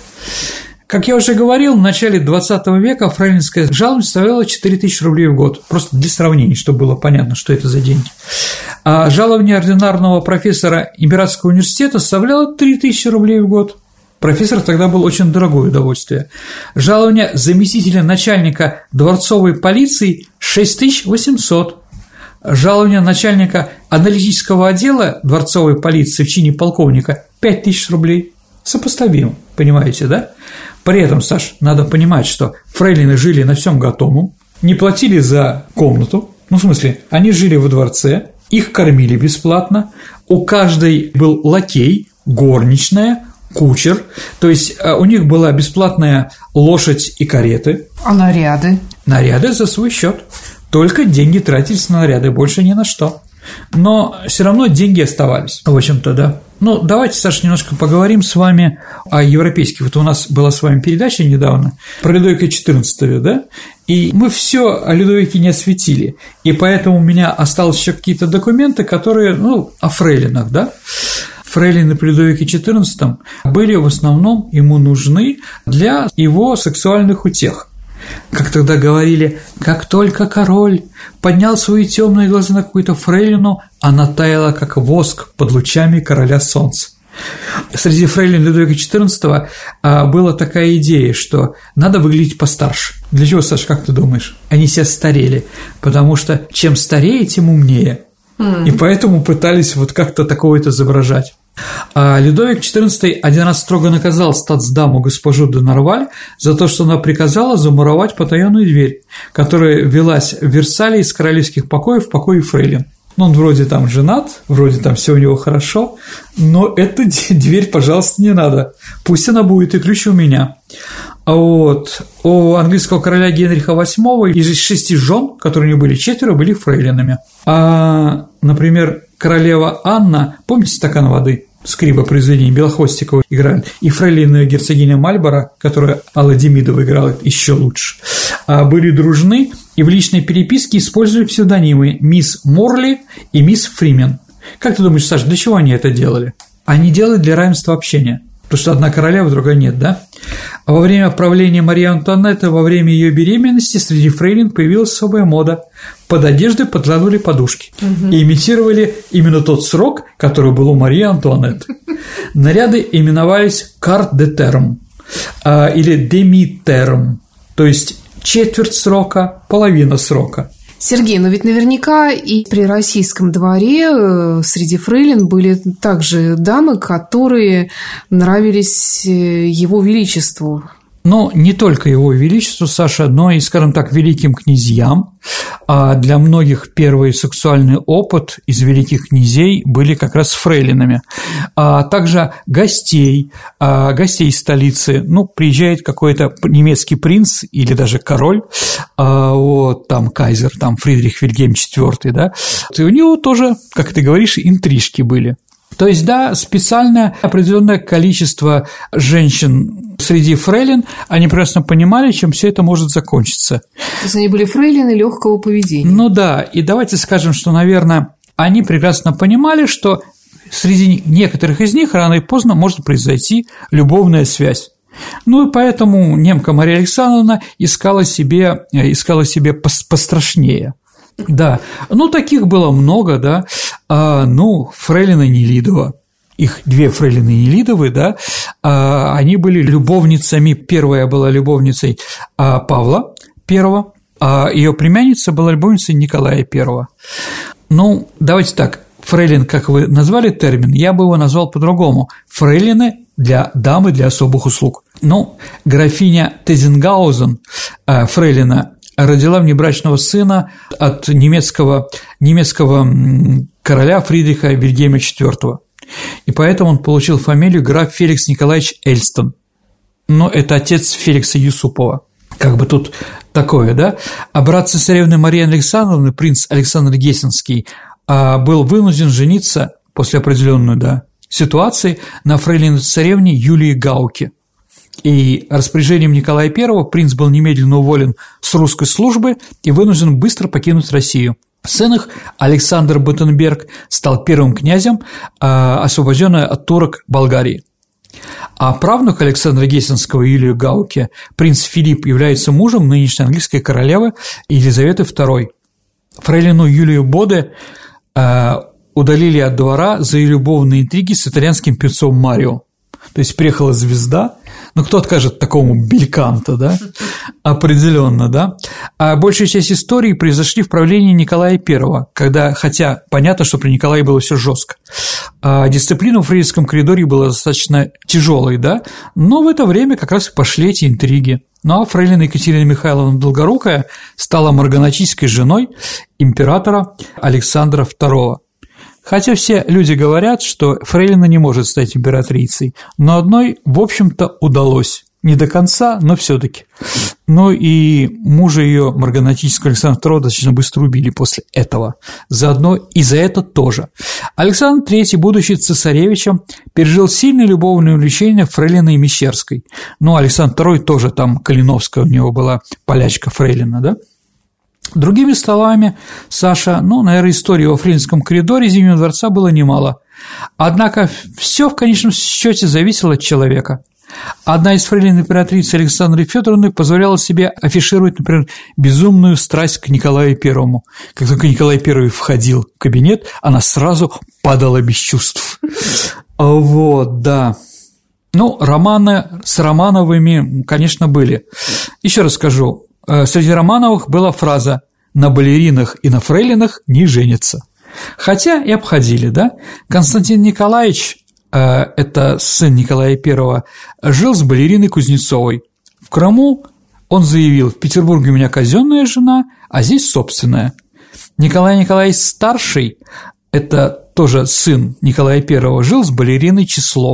Как я уже говорил, в начале XX века фрейлинское жалование составляло 4000 рублей в год, просто для сравнения, чтобы было понятно, что это за деньги. А жалование ординарного профессора Императорского университета составляло 3000 рублей в год. Профессор тогда был очень дорогое удовольствие. Жалование заместителя начальника дворцовой полиции – 6800. Жалование начальника аналитического отдела дворцовой полиции в чине полковника – 5000 рублей. Сопоставимо, понимаете, да? При этом, Саш, надо понимать, что фрейлины жили на всем готовом, не платили за комнату, в смысле, они жили во дворце, их кормили бесплатно, у каждой был лакей, горничная, кучер, то есть у них была бесплатная лошадь и кареты. А наряды? Наряды за свой счет. Только деньги тратились на наряды, больше ни на что. Но все равно деньги оставались, в общем-то, да. Давайте, Саша, немножко поговорим с вами о европейских. У нас была с вами передача недавно про Людовика XIV, да, и мы все о Людовике не осветили, и поэтому у меня осталось еще какие-то документы, которые, о фрейлинах, да. Фрейлины при Людовике XIV были в основном ему нужны для его сексуальных утех. Как тогда говорили, как только король поднял свои темные глаза на какую-то фрейлину, она таяла, как воск под лучами короля солнца. Среди фрейлин Людовика XIV была такая идея, что надо выглядеть постарше. Для чего, Саша, как ты думаешь? Они себя старели, потому что чем старее, тем умнее. И поэтому пытались как-то такое изображать. А Людовик XIV один раз строго наказал статсдаму госпожу де Нормаль за то, что она приказала замуровать потаённую дверь, которая велась в Версале из королевских покоев в покои фрейлин. Он вроде там женат, вроде там все у него хорошо, но эту дверь, пожалуйста, не надо, пусть она будет и ключ у меня. А вот у английского короля Генриха VIII из 6 жен, которые у него были 4, были фрейлинами. А, например, королева Анна, помните «Стакан воды»? Скриба произведения Белохвостикова играли, и фрейлина герцогиня Мальборо, которую Алла Демидова играла еще лучше, были дружны и в личной переписке использовали псевдонимы мисс Морли и мисс Фримен. Как ты думаешь, Саша, для чего они это делали? Они делали для равенства общения, потому что одна королева, другая нет, да? А во время правления Марии Антуанетты, во время ее беременности среди фрейлин появилась особая мода. Под одеждой подкладывали подушки и имитировали именно тот срок, который был у Марии Антуанетты. Наряды именовались «карт де терм» или «деми-терм», то есть четверть срока, половина срока. Сергей, но ведь наверняка и при российском дворе среди фрейлин были также дамы, которые нравились его величеству. Но не только его величеству, Саша, но и, скажем так, великим князьям. А для многих первый сексуальный опыт из великих князей были как раз с фрейлинами. А также гостей столицы, приезжает какой-то немецкий принц или даже король, вот там кайзер, там Фридрих Вильгельм IV, да, и у него тоже, как ты говоришь, интрижки были. То есть, да, специальное определенное количество женщин среди фрейлин, они прекрасно понимали, чем все это может закончиться. То есть, они были фрейлины легкого поведения. Ну да, и давайте скажем, что, наверное, они прекрасно понимали, что среди некоторых из них рано или поздно может произойти любовная связь. Ну и поэтому немка Мария Александровна искала себе пострашнее. Да, таких было много, да, фрейлина Нелидова, их 2 фрейлины Нелидовы, да, они были любовницами, первая была любовницей Павла I, а ее племянница была любовницей Николая I. Давайте так, фрейлин, как вы назвали термин, я бы его назвал по-другому, фрейлины для дамы для особых услуг. Графиня Тезенгаузен, фрейлина, родила внебрачного сына от немецкого короля Фридриха Вильгельма IV, и поэтому он получил фамилию граф Феликс Николаевич Эльстон. Это отец Феликса Юсупова. Как бы тут такое, да? А брат цесаревны Марии Александровны, принц Александр Гессенский, был вынужден жениться после определенной, ситуации на фрейлине царевне Юлии Гауке. И распоряжением Николая I принц был немедленно уволен с русской службы и вынужден быстро покинуть Россию. Сын их, Александр Баттенберг, стал первым князем, освобожденной от турок Болгарии. А правнук Александра Гессенского Юлии Гауке, принц Филипп, является мужем нынешней английской королевы Елизаветы II. Фрейлину Юлию Боде удалили от двора за ее любовные интриги с итальянским певцом Марио. То есть приехала звезда, кто откажет такому бельканту, да? Определенно, да? А большая часть истории произошли в правлении Николая I, хотя понятно, что при Николае было все жестко. Дисциплина в фрейлинском коридоре была достаточно тяжелой, да? Но в это время как раз и пошли эти интриги. А фрейлина Екатерина Михайловна Долгорукая стала марганатической женой императора Александра II. Хотя все люди говорят, что фрейлина не может стать императрицей, но одной, в общем-то, удалось. Не до конца, но все-таки. И мужа ее, марганатического Александра II, достаточно быстро убили после этого. Заодно и за это тоже. Александр III, будучи цесаревичем, пережил сильное любовное увлечение фрейлиной Мещерской. Александр II тоже там, Калиновская у него была полячка фрейлина, да? Другими словами, Саша, наверное, истории во фрейлинском коридоре Зимнего дворца было немало. Однако все в конечном счете зависело от человека. Одна из фрейлин императрицы Александры Фёдоровны позволяла себе афишировать, например, безумную страсть к Николаю I. Как только Николай I входил в кабинет, она сразу падала без чувств. Вот, да. Романы с Романовыми, конечно, были. Еще раз скажу. Среди Романовых была фраза «на балеринах и на фрейлинах не женятся». Хотя и обходили, да? Константин Николаевич, это сын Николая I, жил с балериной Кузнецовой. В Крыму он заявил: в Петербурге у меня казенная жена, а здесь собственная. Николай Николаевич Старший, это тоже сын Николая I, жил с балериной Числовой.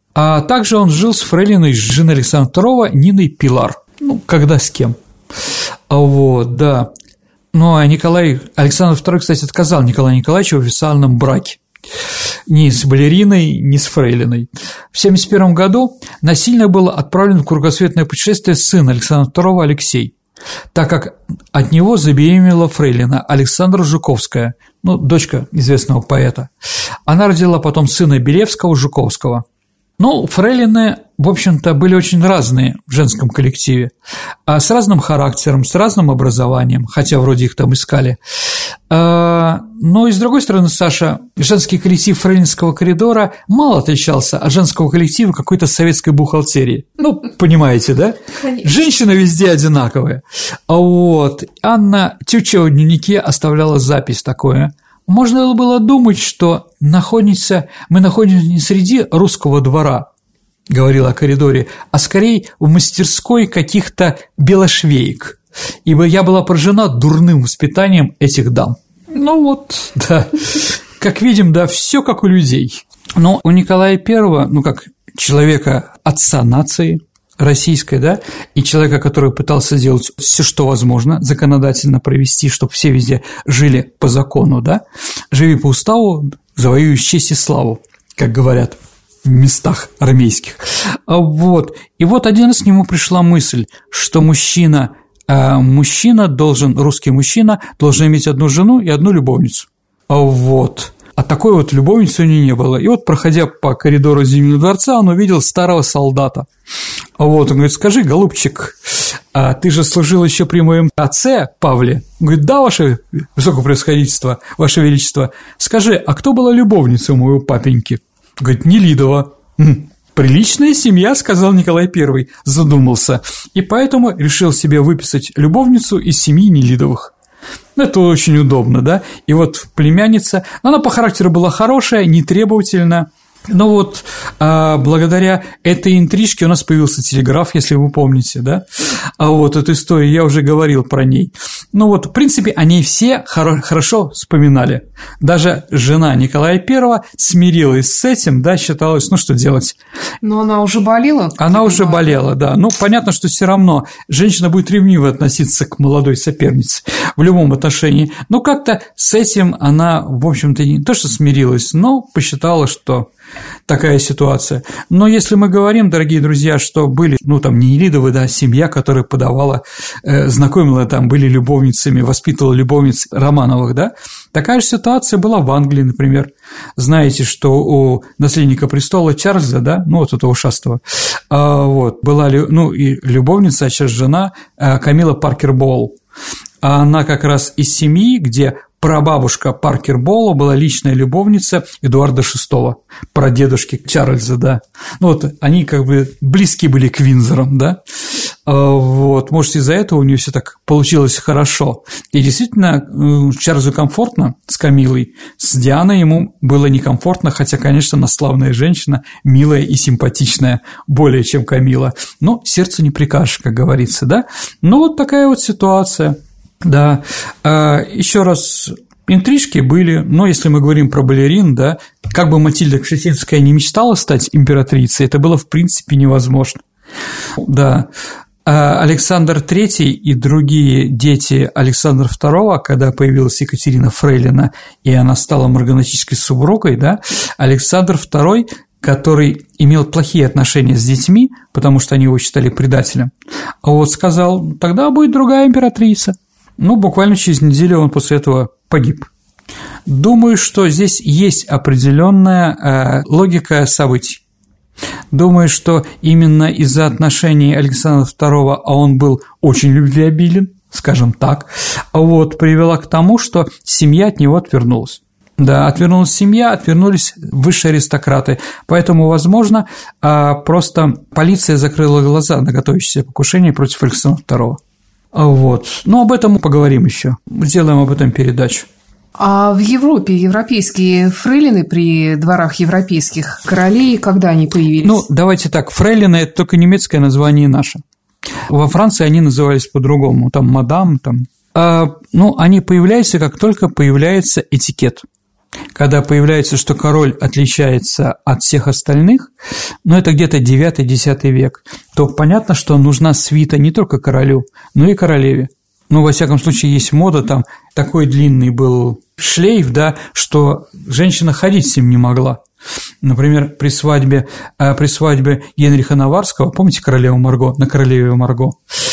А также он жил с фрейлиной жены Александра II Ниной Пилар. Ну, когда с кем. Вот, да. Ну, а Александр II, кстати, отказал Николаю Николаевичу в официальном браке. Ни с балериной, ни с фрейлиной. В 1971 году насильно был отправлен в кругосветное путешествие сын Александра II Алексей, так как от него забеременела фрейлина Александра Жуковская, ну, дочка известного поэта. Она родила потом сына Белевского-Жуковского. Ну, фрейлины, в общем-то, были очень разные в женском коллективе, с разным характером, с разным образованием, хотя вроде их там искали. Но и с другой стороны, Саша, женский коллектив фрейлинского коридора мало отличался от женского коллектива какой-то советской бухгалтерии. Ну, понимаете, да? Конечно. Женщины везде одинаковые. Вот. Анна Тютчева в дневнике оставляла запись такое. Можно было думать, что мы находимся не среди русского двора, говорила о коридоре, а скорее в мастерской каких-то белошвеек, ибо я была поражена дурным воспитанием этих дам. Ну вот, да, как видим, да, все как у людей. Но у Николая I, ну как человека отца нации российской, да, и человека, который пытался сделать все, что возможно, законодательно провести, чтобы все везде жили по закону, да, живи по уставу, завоюешь честь и славу, как говорят в местах армейских. Вот. И вот один раз к нему пришла мысль, что русский мужчина должен иметь одну жену и одну любовницу. Вот. А такой вот любовницы у него не было. И вот, проходя по коридору Зимнего дворца, он увидел старого солдата. Вот, он говорит: скажи, голубчик, а ты же служил еще при моем отце Павле? Он говорит: да, ваше высокопревосходительство, ваше величество. Скажи, а кто была любовницей у моего папеньки? Он говорит: Нелидова. Приличная семья, сказал Николай I, задумался, и поэтому решил себе выписать любовницу из семьи Нелидовых. Это очень удобно, да? И вот племянница, она по характеру была хорошая, нетребовательная, но вот благодаря этой интрижке у нас появился телеграф, если вы помните, да? А вот эту историю, я уже говорил про ней. Ну вот, в принципе, о ней все хорошо вспоминали. Даже жена Николая I смирилась с этим, да, считалось, ну что делать. Но она уже болела? Она уже болела, да. Ну, понятно, что все равно женщина будет ревниво относиться к молодой сопернице в любом отношении. Но как-то с этим она, в общем-то, не то что смирилась, но посчитала, что такая ситуация. Но если мы говорим, дорогие друзья, что были, ну, там, не Нелидовы, да, семья, которая подавала, знакомила, там, были любовницами, воспитывала любовниц Романовых, да, такая же ситуация была в Англии, например. Знаете, что у наследника престола Чарльза, да, ну, вот этого ушастого, вот, была, ну, и любовница, а сейчас жена Камила Паркер Боул. Она как раз из семьи, где прабабушка Паркер Боула была личная любовница Эдуарда VI, прадедушки Чарльза, да. Ну, вот они как бы близки были к Виндзорам, да. Вот, может, из-за этого у нее все так получилось хорошо. И действительно, Чарльзу комфортно с Камилой, с Дианой ему было некомфортно, хотя, конечно, она славная женщина, милая и симпатичная, более чем Камила. Но сердцу не прикажешь, как говорится, да. Ну, вот такая вот ситуация. Да, еще раз, интрижки были, но если мы говорим про балерин, да, как бы Матильда Кшесинская не мечтала стать императрицей, это было в принципе невозможно. Да, Александр III и другие дети Александра II, когда появилась Екатерина Фрейлина, и она стала марганатической супругой, да, Александр II, который имел плохие отношения с детьми, потому что они его считали предателем, а вот сказал: тогда будет другая императрица. Ну, буквально через неделю он после этого погиб. Думаю, что здесь есть определенная логика событий. Думаю, что именно из-за отношений Александра II, а он был очень любвеобилен, скажем так, вот, привела к тому, что семья от него отвернулась. Да, отвернулась семья, отвернулись высшие аристократы, поэтому, возможно, просто полиция закрыла глаза на готовящееся покушение против Александра II. Вот. Но об этом мы поговорим еще. Сделаем об этом передачу. А в Европе европейские фрейлины при дворах европейских королей, когда они появились? Ну, давайте так, фрейлины – это только немецкое название наше. Во Франции они назывались по-другому, там мадам, там. Ну, они появляются, как только появляется этикет. когда появляется, что король отличается от всех остальных, но это где-то 9-10 век, то понятно, что нужна свита не только королю, но и королеве. Ну, во всяком случае, есть мода, там такой длинный был шлейф, да, что женщина ходить с ним не могла. Например, при свадьбе Генриха Наварского, помните королеву Марго, на королеве Марго,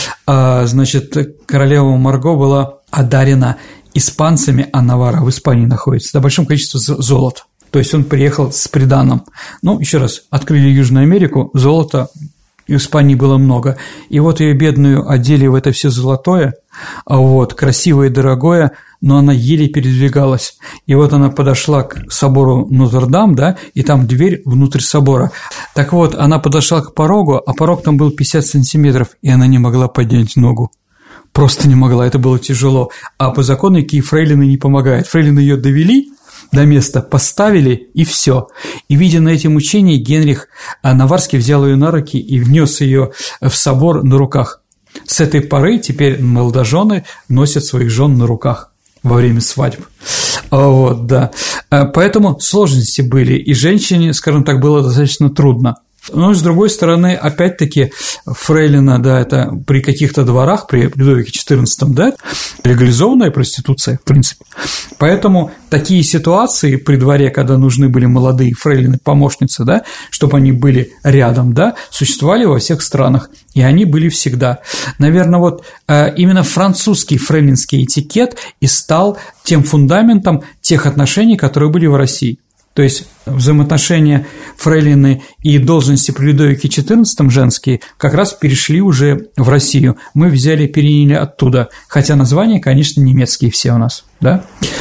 значит, королева Марго была одарена испанцами, а Наварра в Испании находится, да, большим количеством золота. То есть он приехал с приданым. Ну, еще раз, открыли Южную Америку, золота в Испании было много. И вот ее бедную одели в это все золотое, вот, красивое и дорогое, но она еле передвигалась. И вот она подошла к собору Нотр-Дам, да, и там дверь внутрь собора. Так вот, она подошла к порогу, а порог там был 50 сантиметров, и она не могла поднять ногу. Просто не могла, это было тяжело. А по закону никакие фрейлины не помогают. Фрейлины ее довели до места, поставили, и все. И, видя на эти мучения, Генрих Наварский взял ее на руки и внес ее в собор на руках. С этой поры теперь молодожены носят своих жен на руках во время свадьб. Вот, да. Поэтому сложности были, и женщине, скажем так, было достаточно трудно. Но, с другой стороны, опять-таки, фрейлина, да, это при каких-то дворах, при Людовике XIV, да, легализованная проституция, в принципе. Поэтому такие ситуации при дворе, когда нужны были молодые фрейлины-помощницы, да, чтобы они были рядом, да, существовали во всех странах, и они были всегда. Наверное, вот именно французский фрейлинский этикет и стал тем фундаментом тех отношений, которые были в России. То есть взаимоотношения фрейлины и должности при Людовике XIV женские как раз перешли уже в Россию. Мы переняли оттуда, хотя названия, конечно, немецкие все у нас, да,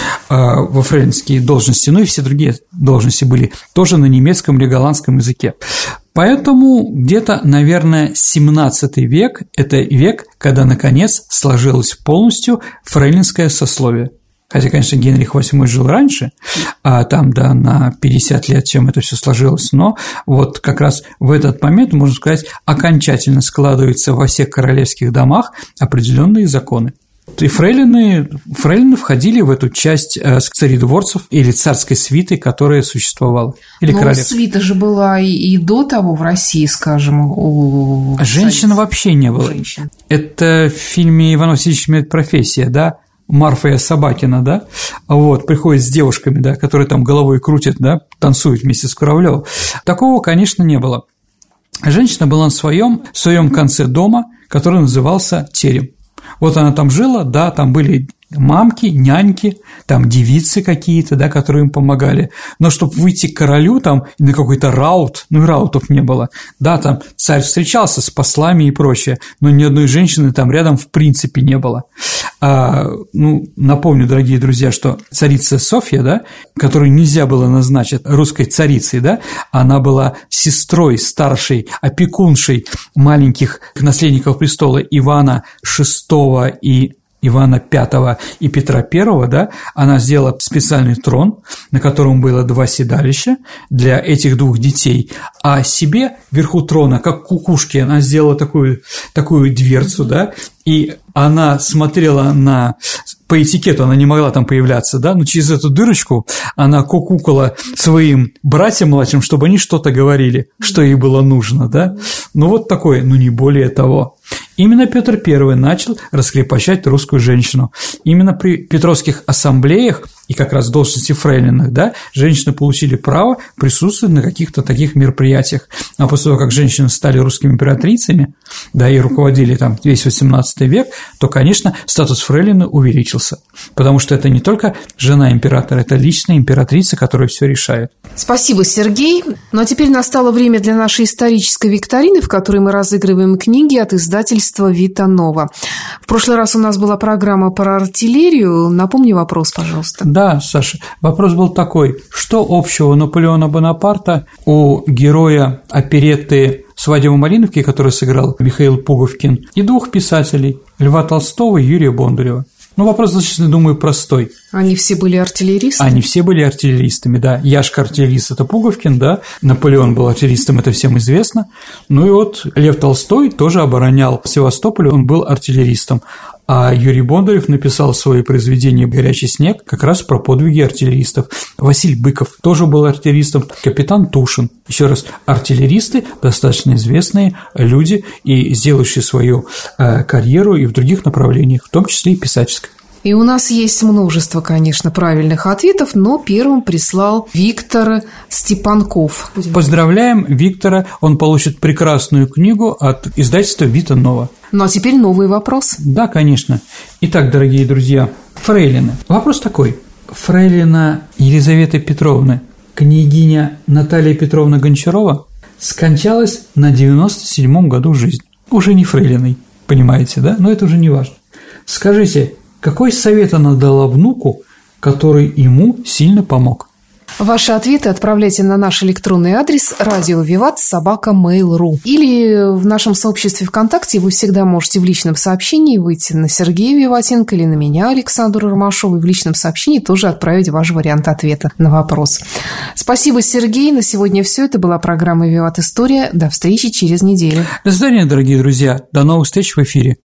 во фрейлинские должности, ну и все другие должности были тоже на немецком или голландском языке. Поэтому где-то, наверное, 17 век – это век, когда, наконец, сложилось полностью фрейлинское сословие. Хотя, конечно, Генрих VIII жил раньше, там, да, на 50 лет, чем это все сложилось, но вот как раз в этот момент, можно сказать, окончательно складываются во всех королевских домах определенные законы. И фрейлины входили в эту часть царедворцев или царской свиты, которая существовала. Или королевской. Свита же была и до того в России, скажем, у женщин вообще не было. Женщин. Это в фильме «Иван Васильевич меняет профессию», да? Марфа Собакина, да, вот, приходит с девушками, да, которые там головой крутят, да, танцуют вместе с Куравлёвым. Такого, конечно, не было. Женщина была в своем конце дома, который назывался терем. Вот она там жила, да, там были мамки, няньки, там девицы какие-то, да, которые им помогали. Но чтобы выйти к королю там на какой-то раут, ну и раутов не было, да, там царь встречался с послами и прочее, но ни одной женщины там рядом в принципе не было. Напомню, дорогие друзья, что царица Софья, да, которую нельзя было назначить русской царицей, да, она была сестрой старшей, опекуншей маленьких наследников престола Ивана VI и Ивана V и Петра I, да, она сделала специальный трон, на котором было 2 седалища для этих 2 детей, а себе вверху трона, как кукушки, она сделала такую дверцу, да, и она смотрела по этикету она не могла там появляться, да, но через эту дырочку она кукукала своим братьям младшим, чтобы они что-то говорили, что ей было нужно, да, вот такое, не более того. Именно Петр I начал раскрепощать русскую женщину. Именно при Петровских ассамблеях и как раз должности фрейлинах, да, женщины получили право присутствовать на каких-то таких мероприятиях. А после того, как женщины стали русскими императрицами, да, и руководили там весь XVIII век, то, конечно, статус фрейлины увеличился, потому что это не только жена императора, это личная императрица, которая все решает. Спасибо, Сергей. Ну а теперь настало время для нашей исторической викторины, в которой мы разыгрываем книги от издательства «Вита Нова». В прошлый раз у нас была программа про артиллерию. Напомни вопрос, пожалуйста. Да, Саша, вопрос был такой: что общего у Наполеона Бонапарта, у героя оперетты «Свадьба в Малиновке», который сыграл Михаил Пуговкин, и 2 писателей – Льва Толстого и Юрия Бондарева? Вопрос, достаточно, думаю, простой. Они все были артиллеристами? Они все были артиллеристами, да. Яшка-артиллерист – это Пуговкин, да. Наполеон был артиллеристом, это всем известно. И вот Лев Толстой тоже оборонял Севастополь, он был артиллеристом. А Юрий Бондарев написал свое произведение «Горячий снег» как раз про подвиги артиллеристов. Василий Быков тоже был артиллеристом, капитан Тушин. Еще раз, артиллеристы – достаточно известные люди и сделавшие свою карьеру и в других направлениях, в том числе и писательской. И у нас есть множество, конечно, правильных ответов, но первым прислал Виктор Степанков. Поздравляем Виктора, он получит прекрасную книгу от издательства «Вита Нова». Ну а теперь новый вопрос. Да, конечно. Итак, дорогие друзья, фрейлины. Вопрос такой. Фрейлина Елизавета Петровна, княгиня Наталья Петровна Гончарова, скончалась на 97-м году жизни. Уже не фрейлиной, понимаете, да? Но это уже не важно. Скажите, какой совет она дала внуку, который ему сильно помог? Ваши ответы отправляйте на наш электронный адрес radiovivat@mail.ru или в нашем сообществе ВКонтакте вы всегда можете в личном сообщении выйти на Сергея Виватенко или на меня, Александру Ромашову, и в личном сообщении тоже отправить ваш вариант ответа на вопрос. Спасибо, Сергей. На сегодня все. Это была программа «Виват История». До встречи через неделю. До свидания, дорогие друзья. До новых встреч в эфире.